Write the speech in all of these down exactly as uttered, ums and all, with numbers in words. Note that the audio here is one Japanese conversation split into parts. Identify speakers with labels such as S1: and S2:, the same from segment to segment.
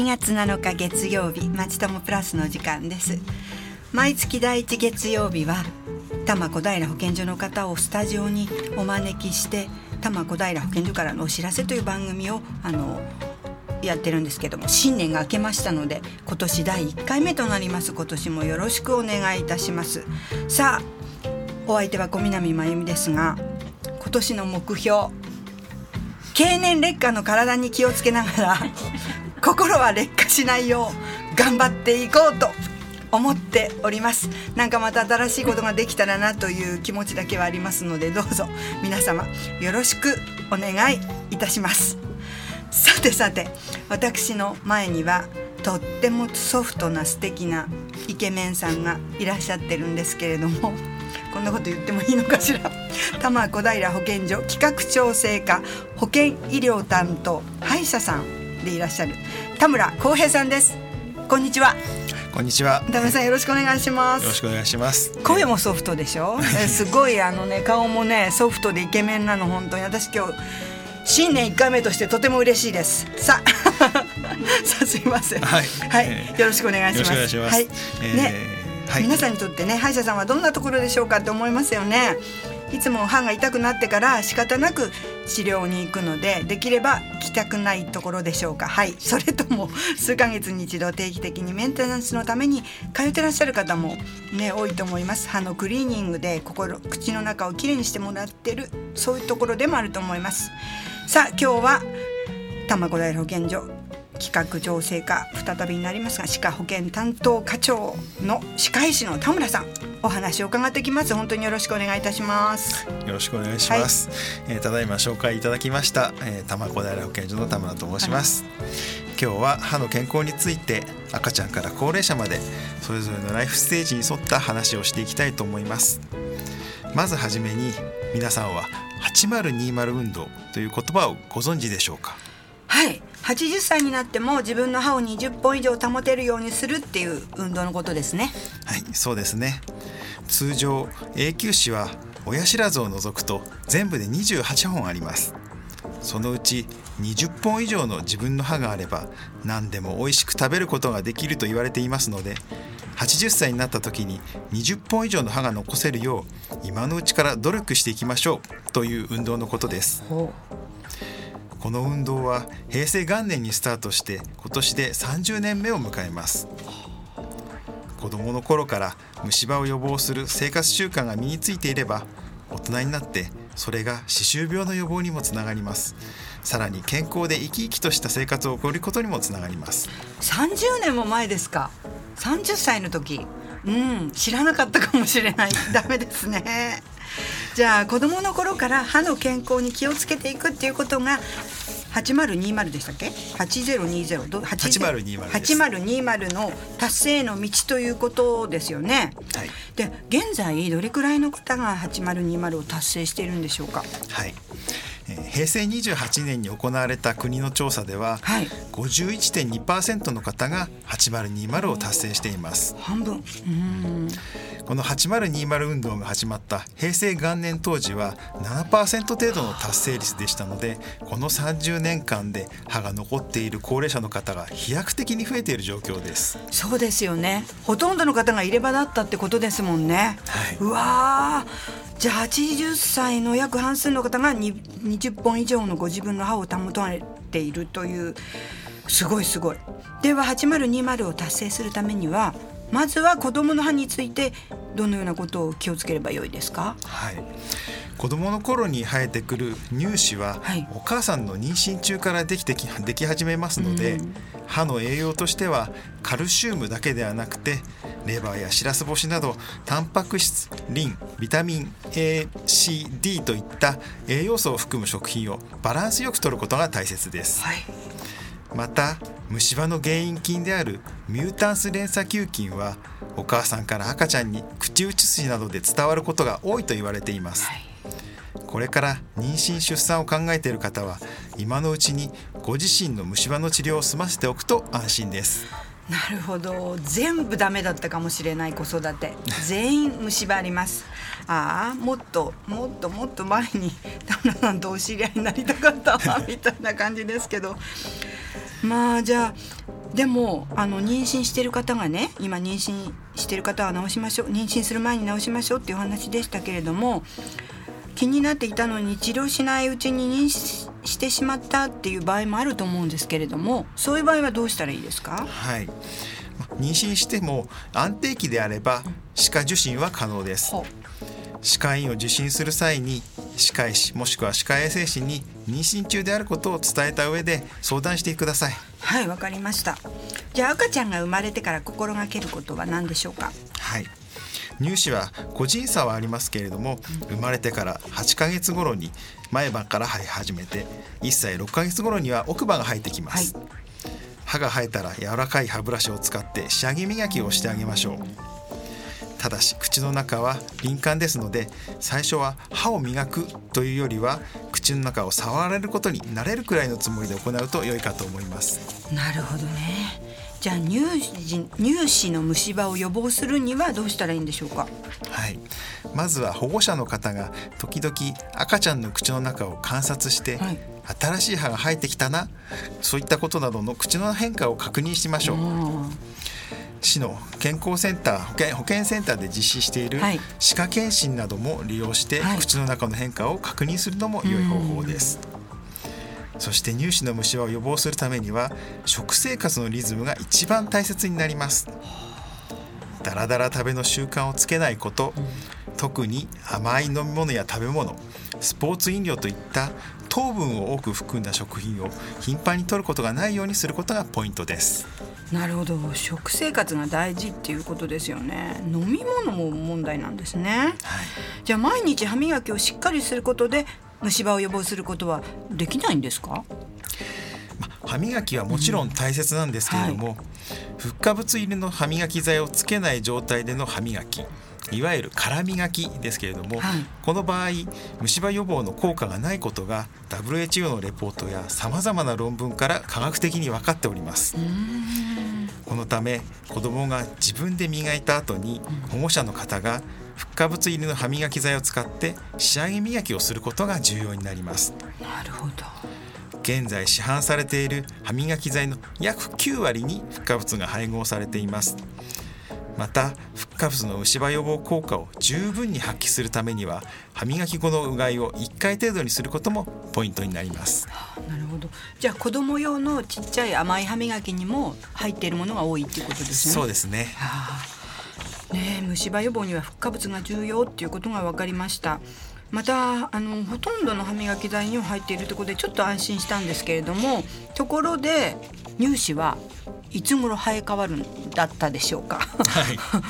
S1: がつなのか月曜日、まちともプラスの時間です。毎月第一月曜日は多摩小平保健所の方をスタジオにお招きして多摩小平保健所からのお知らせという番組をあのやってるんですけども、新年が明けましたので今年だいいっかいめとなります。今年もよろしくお願いいたします。さあ、お相手は小南真由美ですが、今年の目標、経年劣化の体に気をつけながら心は劣化しないよう頑張っていこうと思っております。なんかまた新しいことができたらなという気持ちだけはありますので、どうぞ皆様よろしくお願いいたします。さてさて、私の前にはとってもソフトな素敵なイケメンさんがいらっしゃってるんですけれども、こんなこと言ってもいいのかしら。多摩小平保健所企画調整課保健医療担当歯医者さんでいらっしゃる田村康平さんです。こんにちは。
S2: こんにちは。
S1: 田村さん、よろしくお願いします。
S2: よろしくお願いします。
S1: 声もソフトでしょすごいあのね、顔もねソフトでイケメンなの。本当に私今日新年いっかいめとしてとても嬉しいです。さあさあすいません、はい、はいえー、よろしくお願いします。
S2: よろしくお願いします。
S1: はい、
S2: えー
S1: ね、
S2: はい、
S1: 皆さんにとってね、歯医者さんはどんなところでしょうかって思いますよね。いつも歯が痛くなってから仕方なく治療に行くので、できれば来たくないところでしょうか。はい、それとも数ヶ月に一度定期的にメンテナンスのために通ってらっしゃる方も、ね、多いと思います。歯のクリーニングで心口の中をきれいにしてもらってる、そういうところでもあると思います。さあ、今日は多摩小平保健所企画調整課再びになりますが、歯科保健担当課長の歯科医師の田村さん、お話を伺ってきます。本当によろしくお願いいたします。
S2: よろしくお願いします。はい、えー、ただいま紹介いただきました、えー、多摩小平保健所の田村と申します。はい、今日は歯の健康について、赤ちゃんから高齢者までそれぞれのライフステージに沿った話をしていきたいと思います。まずはじめに、皆さんははちまるにまる運動という言葉をご存知でしょうか。
S1: はい、はちじゅっさいになっても自分の歯をにじゅっぽん以上保てるようにするっていう運動のことですね。
S2: はい、そうですね。通常永久歯は親知らずを除くと全部でにじゅうはちほんあります。そのうちにじゅっぽん以上の自分の歯があれば何でも美味しく食べることができると言われていますので、はちじゅっさいになった時ににじゅっぽん以上の歯が残せるよう今のうちから努力していきましょうという運動のことです。この運動はへいせい元年にスタートして今年でさんじゅうねんめを迎えます。子どもの頃から虫歯を予防する生活習慣が身についていれば、大人になってそれが歯周病の予防にもつながります。さらに健康で生き生きとした生活を送ることにもつながります。
S1: さんじゅうねんも前ですか。さんじゅっさいの時、うん、知らなかったかもしれない。ダメですね。じゃあ子どもの頃から歯の健康に気をつけていくっていうことがはちまるにまるでしたっけ。はちぜろにぜろ、
S2: はちまるにまるです。
S1: はちまるにまるの達成への道ということですよね。
S2: はい、
S1: で、現在どれくらいの方がはちまるにまるを達成しているんでしょうか。
S2: はい、へいせいにじゅうはちねんに行われた国の調査では、はい、ごじゅういってんにパーセント の方がはちまるにまるを達成しています。
S1: 半分。うーん、
S2: このはちまるにまる運動が始まったへいせい元年当時は ななパーセント 程度の達成率でしたので、このさんじゅうねんかんで歯が残っている高齢者の方が飛躍的に増えている状況です。
S1: そうですよね。ほとんどの方が入れ歯だったってことですもんね。
S2: はい、
S1: うわー、じゃあはちじゅっさいの約半数の方がにじゅっぽん以上のご自分の歯を保たれているという、すごいすごい。でははちまるにまるを達成するためには、まずは子どもの歯についてどのようなことを気をつければよいですか。
S2: はい、子どもの頃に生えてくる乳歯は、はい、お母さんの妊娠中からできてきでき始めますので、うん、歯の栄養としてはカルシウムだけではなくてレバーやしらす干しなどタンパク質、リン、ビタミン A、C、D といった栄養素を含む食品をバランスよく摂ることが大切です。はい、また虫歯の原因菌であるミュータンス連鎖球菌はお母さんから赤ちゃんに口移しなどで伝わることが多いと言われています。はい、これから妊娠出産を考えている方は今のうちにご自身の虫歯の治療を済ませておくと安心です。
S1: なるほど。全部ダメだったかもしれない子育て。全員虫歯あります。ああ、もっともっともっと前に田村さんとお知り合いになりたかったわみたいな感じですけど、 まあじゃあでもあの妊娠してる方がね、今妊娠してる方は治しましょう、妊娠する前に治しましょうっていう話でしたけれども、気になっていたのに治療しないうちに妊娠してしまったっていう場合もあると思うんですけれども、そういう場合はどうしたらいいですか？
S2: はい、妊娠しても安定期であれば歯科受診は可能です。歯科医院を受診する際に歯科医師もしくは歯科衛生士に妊娠中であることを伝えた上で相談してください。
S1: はい、わかりました。じゃあ赤ちゃんが生まれてから心がけることは何でしょうか？
S2: はい、乳歯は個人差はありますけれども、生まれてからはちかげつ頃に前歯から生え始めていっさいろっかげつ頃には奥歯が生えてきます、はい、歯が生えたら柔らかい歯ブラシを使って仕上げ磨きをしてあげましょう。ただし口の中は敏感ですので、最初は歯を磨くというよりは口の中を触られることに慣れるくらいのつもりで行うと良いかと思います。
S1: なるほどね。じゃあ乳児、乳歯の虫歯を予防するにはどうしたらいいんでしょうか？
S2: はい、まずは保護者の方が時々赤ちゃんの口の中を観察して、はい、新しい歯が生えてきたな、そういったことなどの口の変化を確認しましょう。市の健康センター、保健、保健センターで実施している歯科検診なども利用して、はい、口の中の変化を確認するのも良い方法です。そして乳歯の虫歯を予防するためには食生活のリズムが一番大切になります。だらだら食べの習慣をつけないこと、特に甘い飲み物や食べ物、スポーツ飲料といった糖分を多く含んだ食品を頻繁に摂ることがないようにすることがポイントです。
S1: なるほど、食生活が大事っていうことですよね。飲み物も問題なんですね、はい、じゃあ毎日歯磨きをしっかりすることで虫歯を予防することはできないんですか？
S2: ま、歯磨きはもちろん大切なんですけれども、うんはい、フッ化物入りの歯磨き剤をつけない状態での歯磨き、いわゆる空磨きですけれども、はい、この場合虫歯予防の効果がないことが ダブリューエイチオー のレポートやさまざまな論文から科学的に分かっております。うーん、このため子どもが自分で磨いた後に保護者の方がフッ化物入りの歯磨き剤を使って仕上げ磨きをすることが重要になります。
S1: なるほど。
S2: 現在市販されている歯磨き剤の約きゅうわりにフッ化物が配合されています。またフッ化物の虫歯予防効果を十分に発揮するためには歯磨き後のうがいをいっかい程度にすることもポイントになります。
S1: はあ、なるほど。じゃあ子供用のちっちゃい甘い歯磨きにも入っているものが多いっていうことですね。
S2: そうですね。
S1: はあ、ねえ、虫歯予防にはフッ化物が重要っていうことが分かりました。またあのほとんどの歯磨き剤には入っているところでちょっと安心したんですけれども、ところで乳歯はいつ頃生え変わるんだったでしょうか？
S2: はい、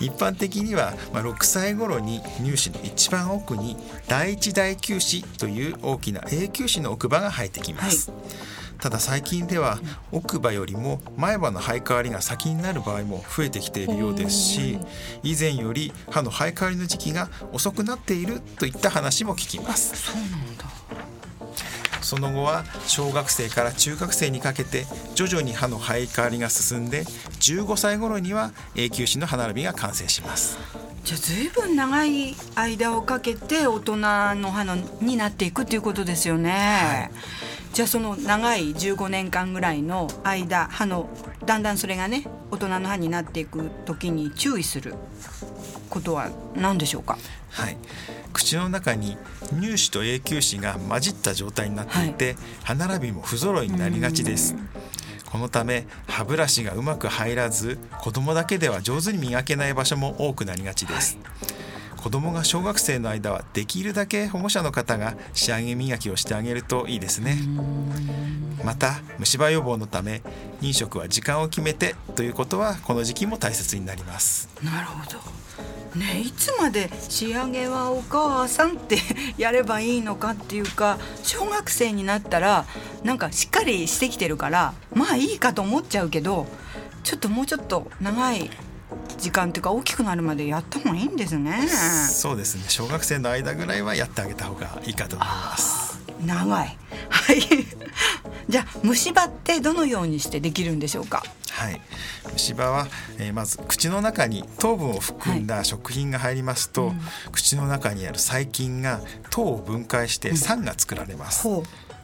S2: 一般的には、まあ、ろくさい頃に乳歯の一番奥に第一第九歯という大きな永久歯の奥歯が生えてきます、はい、ただ最近では奥歯よりも前歯の生え変わりが先になる場合も増えてきているようですし、以前より歯の生え変わりの時期が遅くなっているといった話も聞きます。
S1: そうなんだ。
S2: その後は小学生から中学生にかけて徐々に歯の生え変わりが進んでじゅうごさい頃には永久歯の歯並びが完成します。
S1: じゃあ随分長い間をかけて大人の歯のになっていくということですよね、はい、じゃあその長いじゅうごねんかんぐらいの間、歯のだんだんそれがね大人の歯になっていく時に注意することは何でしょうか？
S2: はい、口の中に乳歯と永久歯が混じった状態になっていて、はい、歯並びも不揃いになりがちです。このため歯ブラシがうまく入らず子供だけでは上手に磨けない場所も多くなりがちです、はい、子供が小学生の間はできるだけ保護者の方が仕上げ磨きをしてあげるといいですね。また虫歯予防のため飲食は時間を決めてということはこの時期も大切になります。
S1: なるほどね、いつまで仕上げはお母さんってやればいいのかっていうか、小学生になったらなんかしっかりしてきてるからまあいいかと思っちゃうけど、ちょっともうちょっと長い時間っていうか大きくなるまでやった方がいいんですね。
S2: そうですね、小学生の間ぐらいはやってあげた方がいいかと思います。
S1: 長いはいじゃあ虫歯ってどのようにしてできるんでしょうか？
S2: はい、虫歯は、えー、まず口の中に糖分を含んだ食品が入りますと、はい、うん、口の中にある細菌が糖を分解して酸が作られます、うん、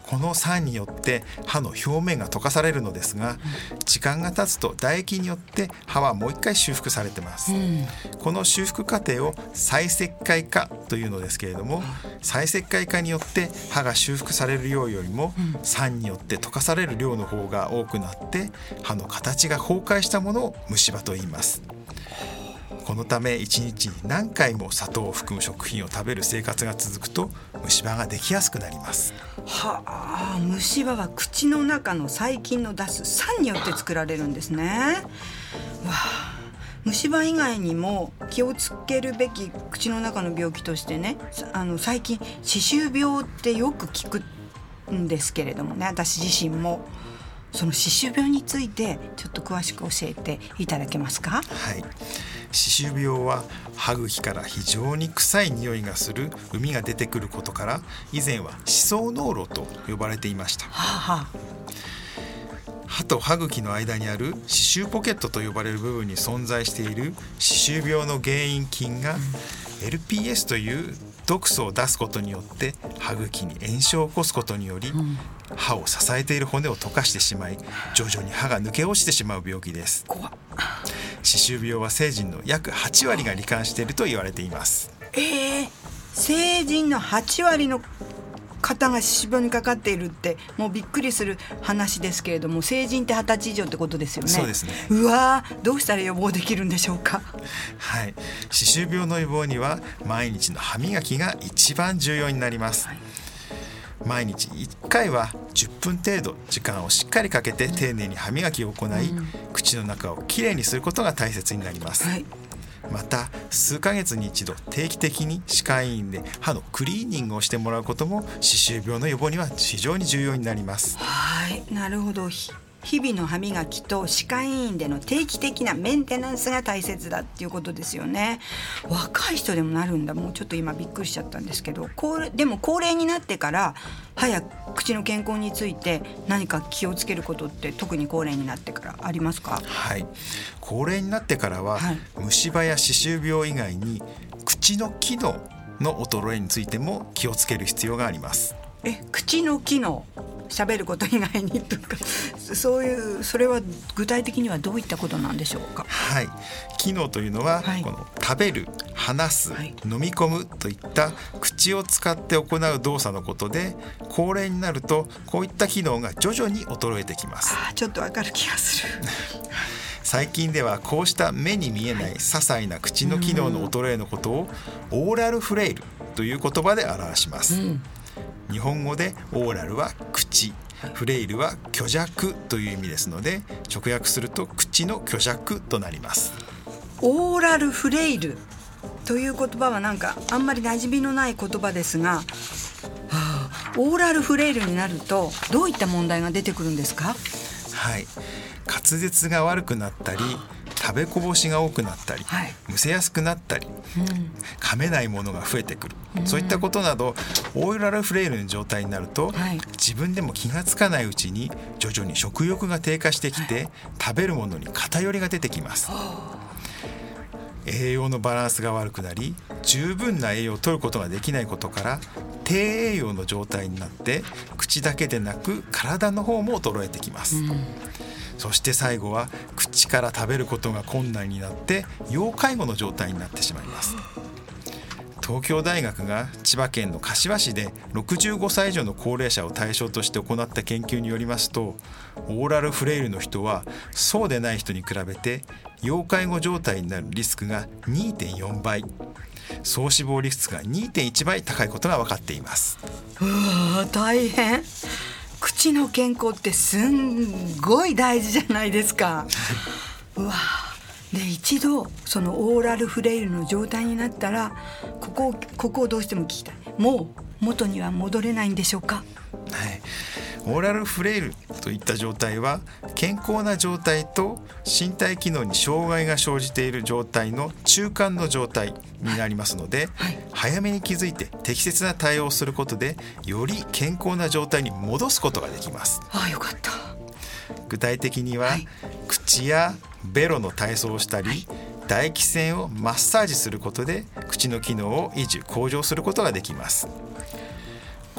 S2: この酸によって歯の表面が溶かされるのですが、時間が経つと唾液によって歯はもう一回修復されてます、うん、この修復過程を再石灰化というのですけれども、再石灰化によって歯が修復される量よりも酸によって溶かされる量の方が多くなって歯の形が崩壊したものを虫歯と言います。このためいちにちに何回も砂糖を含む食品を食べる生活が続くと虫歯ができやすくなります。
S1: はあ、虫歯は口の中の細菌の出す酸によって作られるんですね。わあ、虫歯以外にも気をつけるべき口の中の病気としてね、あの最近歯周病ってよく聞くんですけれどもね、私自身もその歯周病についてちょっと詳しく教えていただけますか？
S2: はい、歯周病は歯茎から非常に臭い匂いがする膿が出てくることから以前は歯槽膿漏と呼ばれていました。はあはあ、歯と歯茎の間にある歯周ポケットと呼ばれる部分に存在している歯周病の原因菌が エルピーエス という毒素を出すことによって歯茎に炎症を起こすことにより、うん、歯を支えている骨を溶かしてしまい徐々に歯が抜け落ちてしまう病気です。怖っ。歯周病は成人の約はちわりが罹患していると言われています。
S1: えー、成人のはちわりの方が歯周病にかかっているってもうびっくりする話ですけれども、成人ってはたち以上ってことですよね。
S2: そうですね。
S1: うわー、どうしたら予防できるんでしょうか？
S2: はい、歯周病の予防には毎日の歯磨きが一番重要になります。はい、毎日いっかいはじゅっぷん程度時間をしっかりかけて丁寧に歯磨きを行い、うん、口の中をきれいにすることが大切になります。はい、また数ヶ月に一度定期的に歯科医院で歯のクリーニングをしてもらうことも歯周病の予防には非常に重要になります。
S1: はい、なるほど。日々の歯磨きと歯科医院での定期的なメンテナンスが大切だっていうことですよね。若い人でもなるんだ。もうちょっと今びっくりしちゃったんですけど、高齢でも高齢になってから歯や口の健康について何か気をつけることって特に高齢になってからありますか？
S2: はい、高齢になってからは、はい、虫歯や歯周病以外に口の機能の衰えについても気をつける必要があります。
S1: え、口の機能、喋ること以外にとかそういう、それは具体的にはどういったことなんでしょうか？
S2: はい、機能というのは、はい、この食べる、話す、はい、飲み込むといった口を使って行う動作のことで、高齢になるとこういった機能が徐々に衰えてきます。
S1: あ、ちょっとわかる気がする
S2: 最近ではこうした目に見えない些細な口の機能の衰えのことをオーラルフレイルという言葉で表します。うん、日本語でオーラルは口、フレイルは虚弱という意味ですので、直訳すると口の虚弱となります。
S1: オーラルフレイルという言葉はなんかあんまり馴染みのない言葉ですが、はあ、オーラルフレイルになるとどういった問題が出てくるんですか？
S2: はい、滑舌が悪くなったり、食べこぼしが多くなったり、はい、むせやすくなったり、うん、噛めないものが増えてくる、うん、そういったことなどオーラルフレイルの状態になると、はい、自分でも気がつかないうちに徐々に食欲が低下してきて、はい、食べるものに偏りが出てきます。栄養のバランスが悪くなり、十分な栄養を取ることができないことから低栄養の状態になって、口だけでなく体の方も衰えてきます。うん、そして最後は口から食べることが困難になって要介護の状態になってしまいます。東京大学が千葉県の柏市でろくじゅうごさい以上の高齢者を対象として行った研究によりますと、オーラルフレイルの人はそうでない人に比べて要介護状態になるリスクが にてんよんばい、総死亡リスクが にてんいちばい高いことが分かっています。
S1: うわ、大変。口の健康ってすんごい大事じゃないですか。うわ、で一度そのオーラルフレイルの状態になったら、ここをここをどうしても聞きたい。もう元には戻れないんでしょうか？
S2: はい、オーラルフレイルといった状態は健康な状態と身体機能に障害が生じている状態の中間の状態になりますので、はいはい、早めに気づいて適切な対応をすることでより健康な状態に戻すことができます。
S1: ああ、よかった。
S2: 具体的には、はい、口やベロの体操をしたり、はい、唾液腺をマッサージすることで口の機能を維持向上することができます。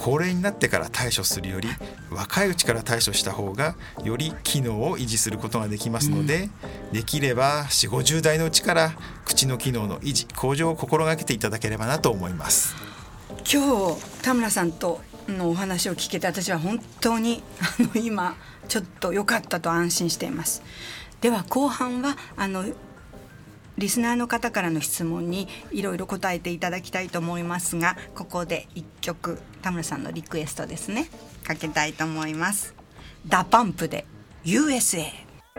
S2: 高齢になってから対処するより若いうちから対処した方がより機能を維持することができますので、うん、できればよんじゅう、ごじゅう代のうちから口の機能の維持向上を心がけていただければなと思います。
S1: 今日田村さんとのお話を聞けて、私は本当にあの今ちょっと良かったと安心しています。では後半はあのリスナーの方からの質問にいろいろ答えていただきたいと思いますが、ここでいっきょく田村さんのリクエストですね、かけたいと思います。ダパンプで ユーエスエー。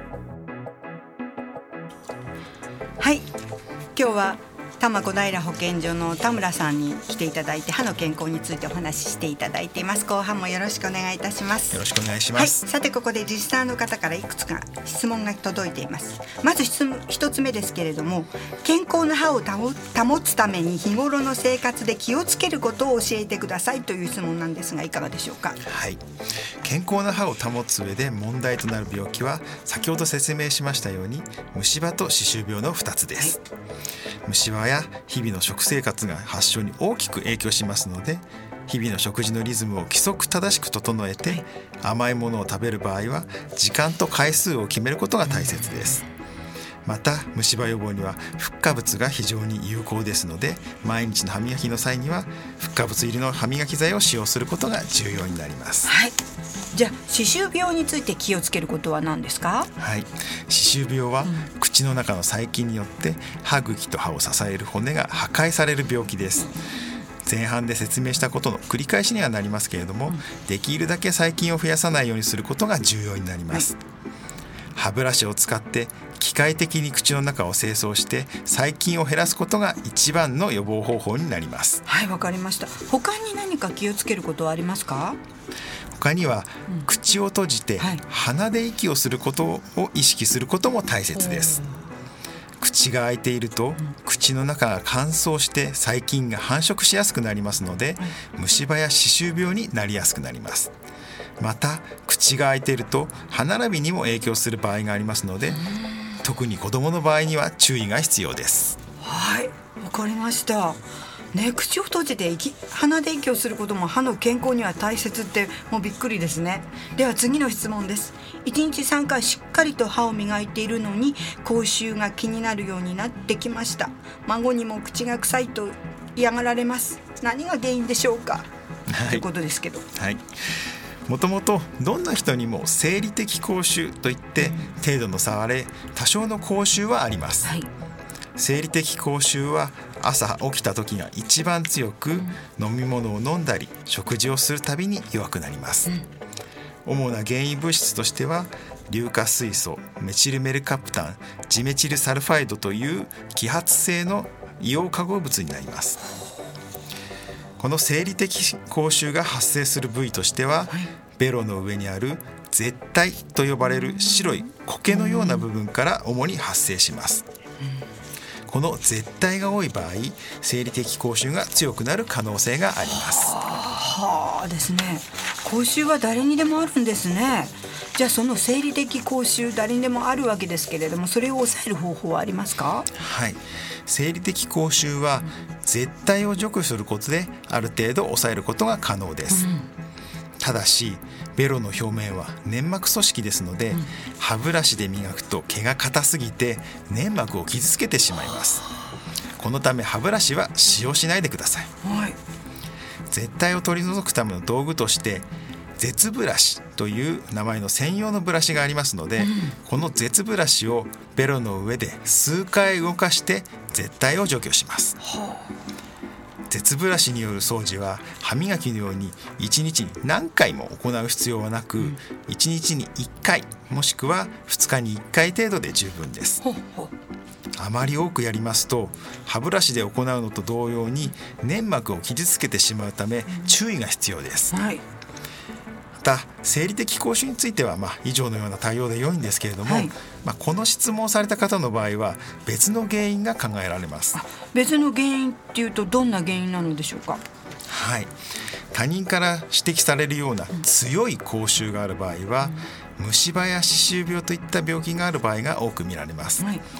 S1: はい、今日は多摩小平保健所の田村さんに来ていただいて、歯の健康についてお話ししていただいています。後半もよろしくお願いいたします。
S2: よろしくお願いします。
S1: はい、さてここでリスナーの方からいくつか質問が届いています。まず質問一つ目ですけれども、健康な歯を保つために日頃の生活で気をつけることを教えてくださいという質問なんですが、いかがでしょうか。
S2: はい、健康な歯を保つ上で問題となる病気は先ほど説明しましたように虫歯と歯周病のふたつです。はい、虫歯や日々の食生活が発症に大きく影響しますので、日々の食事のリズムを規則正しく整えて、はい、甘いものを食べる場合は時間と回数を決めることが大切です。また虫歯予防にはフッ化物が非常に有効ですので、毎日の歯磨きの際にはフッ化物入りの歯磨き剤を使用することが重要になります。
S1: はい、じゃあ歯周病について気をつけることは何ですか。
S2: はい、歯周病は、うん、口の中の細菌によって歯茎と歯を支える骨が破壊される病気です。前半で説明したことの繰り返しにはなりますけれども、うん、できるだけ細菌を増やさないようにすることが重要になります。はい、歯ブラシを使って機械的に口の中を清掃して細菌を減らすことが一番の予防方法になります。
S1: はい、わかりました。他に何か気をつけることはありますか。
S2: 他には、うん、口を閉じて、はい、鼻で息をすることを意識することも大切です。口が開いていると、うん、口の中が乾燥して細菌が繁殖しやすくなりますので、はい、虫歯や歯周病になりやすくなります。また口が開いていると歯並びにも影響する場合がありますので、特に子どもの場合には注意が必要です。
S1: はい、わかりましたね。口を閉じて息鼻で息をすることも歯の健康には大切って、もうびっくりですね。では次の質問です。いちにちさんかいしっかりと歯を磨いているのに口臭が気になるようになってきました。孫にも口が臭いと嫌がられます。何が原因でしょうか、はい、ということですけど。
S2: はい、もともとどんな人にも生理的口臭といって程度の差はあれ、多少の口臭はあります。はい、生理的口臭は朝起きた時が一番強く、うん、飲み物を飲んだり食事をするたびに弱くなります。うん、主な原因物質としては硫化水素、メチルメルカプタン、ジメチルサルファイドという揮発性の硫黄化合物になります。この生理的口臭が発生する部位としては、はい、ベロの上にある舌苔と呼ばれる白い苔のような部分から主に発生します。この舌苔が多い場合、生理的口臭が強くなる可能性があります。
S1: はあですね。口臭は誰にでもあるんですね。じゃあその生理的口臭、誰にでもあるわけですけれども、それを抑える方法はありますか。
S2: はい、生理的口臭は舌苔を除去することである程度抑えることが可能です。うん、ただしベロの表面は粘膜組織ですので、うん、歯ブラシで磨くと毛が硬すぎて粘膜を傷つけてしまいます。このため歯ブラシは使用しないでください。はい、舌苔を取り除くための道具として舌ブラシという名前の専用のブラシがありますので、うん、この舌ブラシをベロの上で数回動かして舌苔を除去します。はあ、舌ブラシによる掃除は歯磨きのようにいちにちに何回も行う必要はなく、うん、いちにちにいっかいもしくはふつかにいっかい程度で十分です。ほうほう、あまり多くやりますと歯ブラシで行うのと同様に粘膜を傷つけてしまうため、うん、注意が必要です。はい、また生理的口臭については、まあ、以上のような対応で良いんですけれども、はい、まあ、この質問をされた方の場合は別の原因が考えられます。
S1: あ、別の原因っていうとどんな原因なのでしょうか。
S2: はい、他人から指摘されるような強い口臭がある場合は、うん、虫歯や歯周病といった病気がある場合が多く見られます。はい、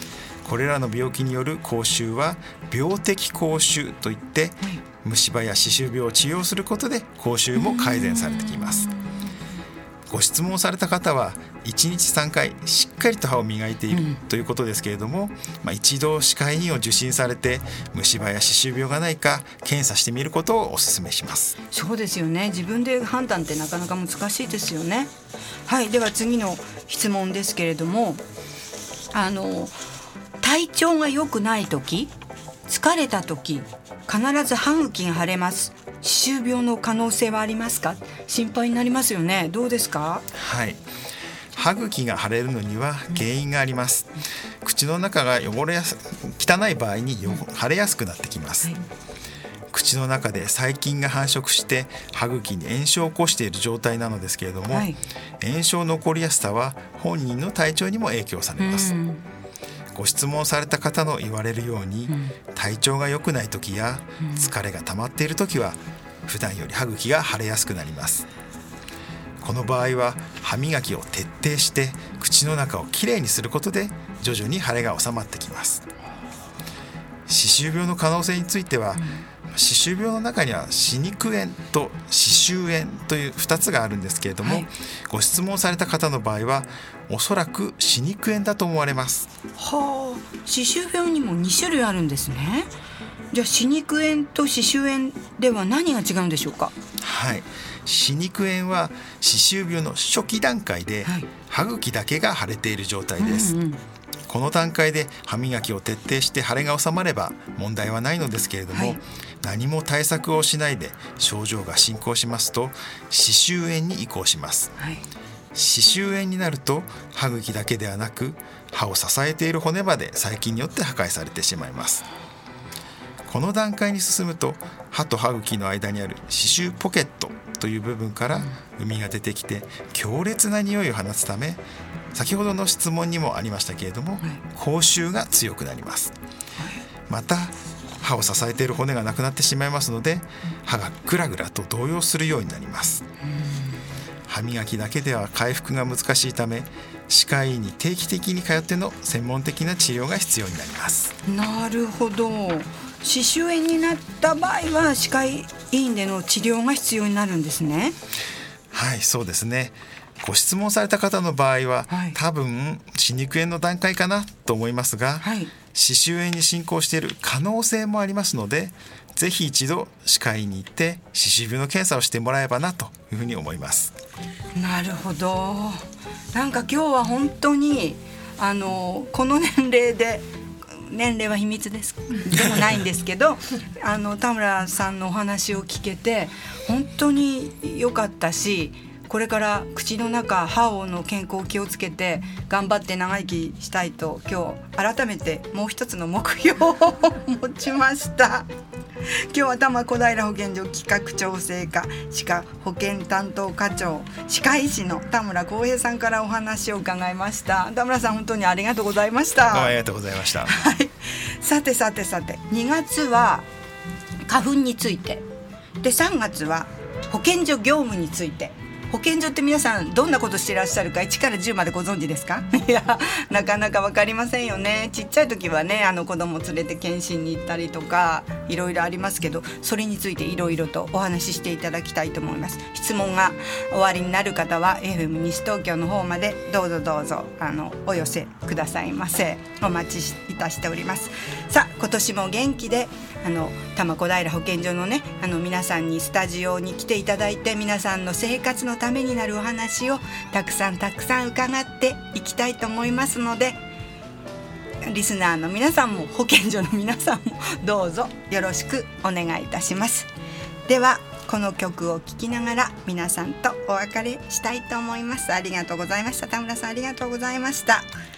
S2: これらの病気による口臭は病的口臭といって、はい、虫歯や歯周病を治療することで口臭も改善されてきます。ご質問された方はいちにちさんかいしっかりと歯を磨いている、うん、ということですけれども、まあ、一度歯科医院を受診されて虫歯や歯周病がないか検査してみることをお勧めします。
S1: そうですよね。自分で判断ってなかなか難しいですよね。はい、では次の質問ですけれども、あの体調が良くない時、疲れた時、必ず歯茎が腫れます。歯周病の可能性はありますか？心配になりますよね。どうですか？
S2: はい、歯茎が腫れるのには原因があります、うん、口の中が汚れやす汚い場合に腫れやすくなってきます、はい、口の中で細菌が繁殖して歯茎に炎症を起こしている状態なのですけれども、はい、炎症の起こりやすさは本人の体調にも影響されます、うん、ご質問された方の言われるように、うん、体調が良くない時や疲れが溜まっている時は普段より歯茎が腫れやすくなります。この場合は歯磨きを徹底して口の中をきれいにすることで徐々に腫れが収まってきます。歯周病の可能性については、うん、歯周病の中には歯肉炎と歯周炎というふたつがあるんですけれども、はい、ご質問された方の場合はおそらく歯肉炎だと思われます。
S1: はあ、歯周病にもにしゅるいあるんですね。じゃあ歯肉炎と歯周炎では何が違うんでしょうか？
S2: はい、歯肉炎は歯周病の初期段階で、はい、歯茎だけが腫れている状態です、うんうん、この段階で歯磨きを徹底して腫れが収まれば問題はないのですけれども、はい、何も対策をしないで症状が進行しますと歯周炎に移行します、はい、歯周炎になると歯茎だけではなく歯を支えている骨まで細菌によって破壊されてしまいます。この段階に進むと歯と歯茎の間にある歯周ポケットという部分から膿が出てきて強烈な匂いを放つため、先ほどの質問にもありましたけれども、はい、口臭が強くなります、はい、また歯を支えている骨がなくなってしまいますので歯がグラグラと動揺するようになります。歯磨きだけでは回復が難しいため歯科医院に定期的に通っての専門的な治療が必要になります。
S1: なるほど。歯周炎になった場合は歯科医院での治療が必要になるんですね。
S2: はい、そうですね。ご質問された方の場合は、はい、多分歯肉炎の段階かなと思いますが、はい、歯周炎に進行している可能性もありますので、ぜひ一度歯科医院に行って歯周病の検査をしてもらえばなというふうに思います。
S1: なるほど。なんか今日は本当にあのこの年齢で年齢は秘密ですでもないんですけどあの田村さんのお話を聞けて本当に良かったし、これから口の中歯の健康を気をつけて頑張って長生きしたいと今日改めてもう一つの目標を持ちました。今日は多摩小平保健所企画調整課歯科保健担当課長歯科医師の田村康平さんからお話を伺いました。田村さん本当にありがとうございました。
S2: ありがとうございました、
S1: はい、さてさてさてにがつは花粉についてで、さんがつは保健所業務について。保健所って皆さんどんなことしてらっしゃるかいちからじゅうまでご存知ですか？いやなかなか分かりませんよね。ちっちゃい時はねあの子供連れて検診に行ったりとかいろいろありますけど、それについていろいろとお話ししていただきたいと思います。質問が終わりになる方は エフエム 西東京の方までどうぞどうぞあのお寄せくださいませ。お待ちいたしております。さあ今年も元気であの多摩小平保健所のねあの皆さんにスタジオに来ていただいて皆さんの生活のためになるお話をたくさんたくさん伺っていきたいと思いますので、リスナーの皆さんも保健所の皆さんもどうぞよろしくお願いいたします。ではこの曲を聴きながら皆さんとお別れしたいと思います。ありがとうございました。田村さんありがとうございました。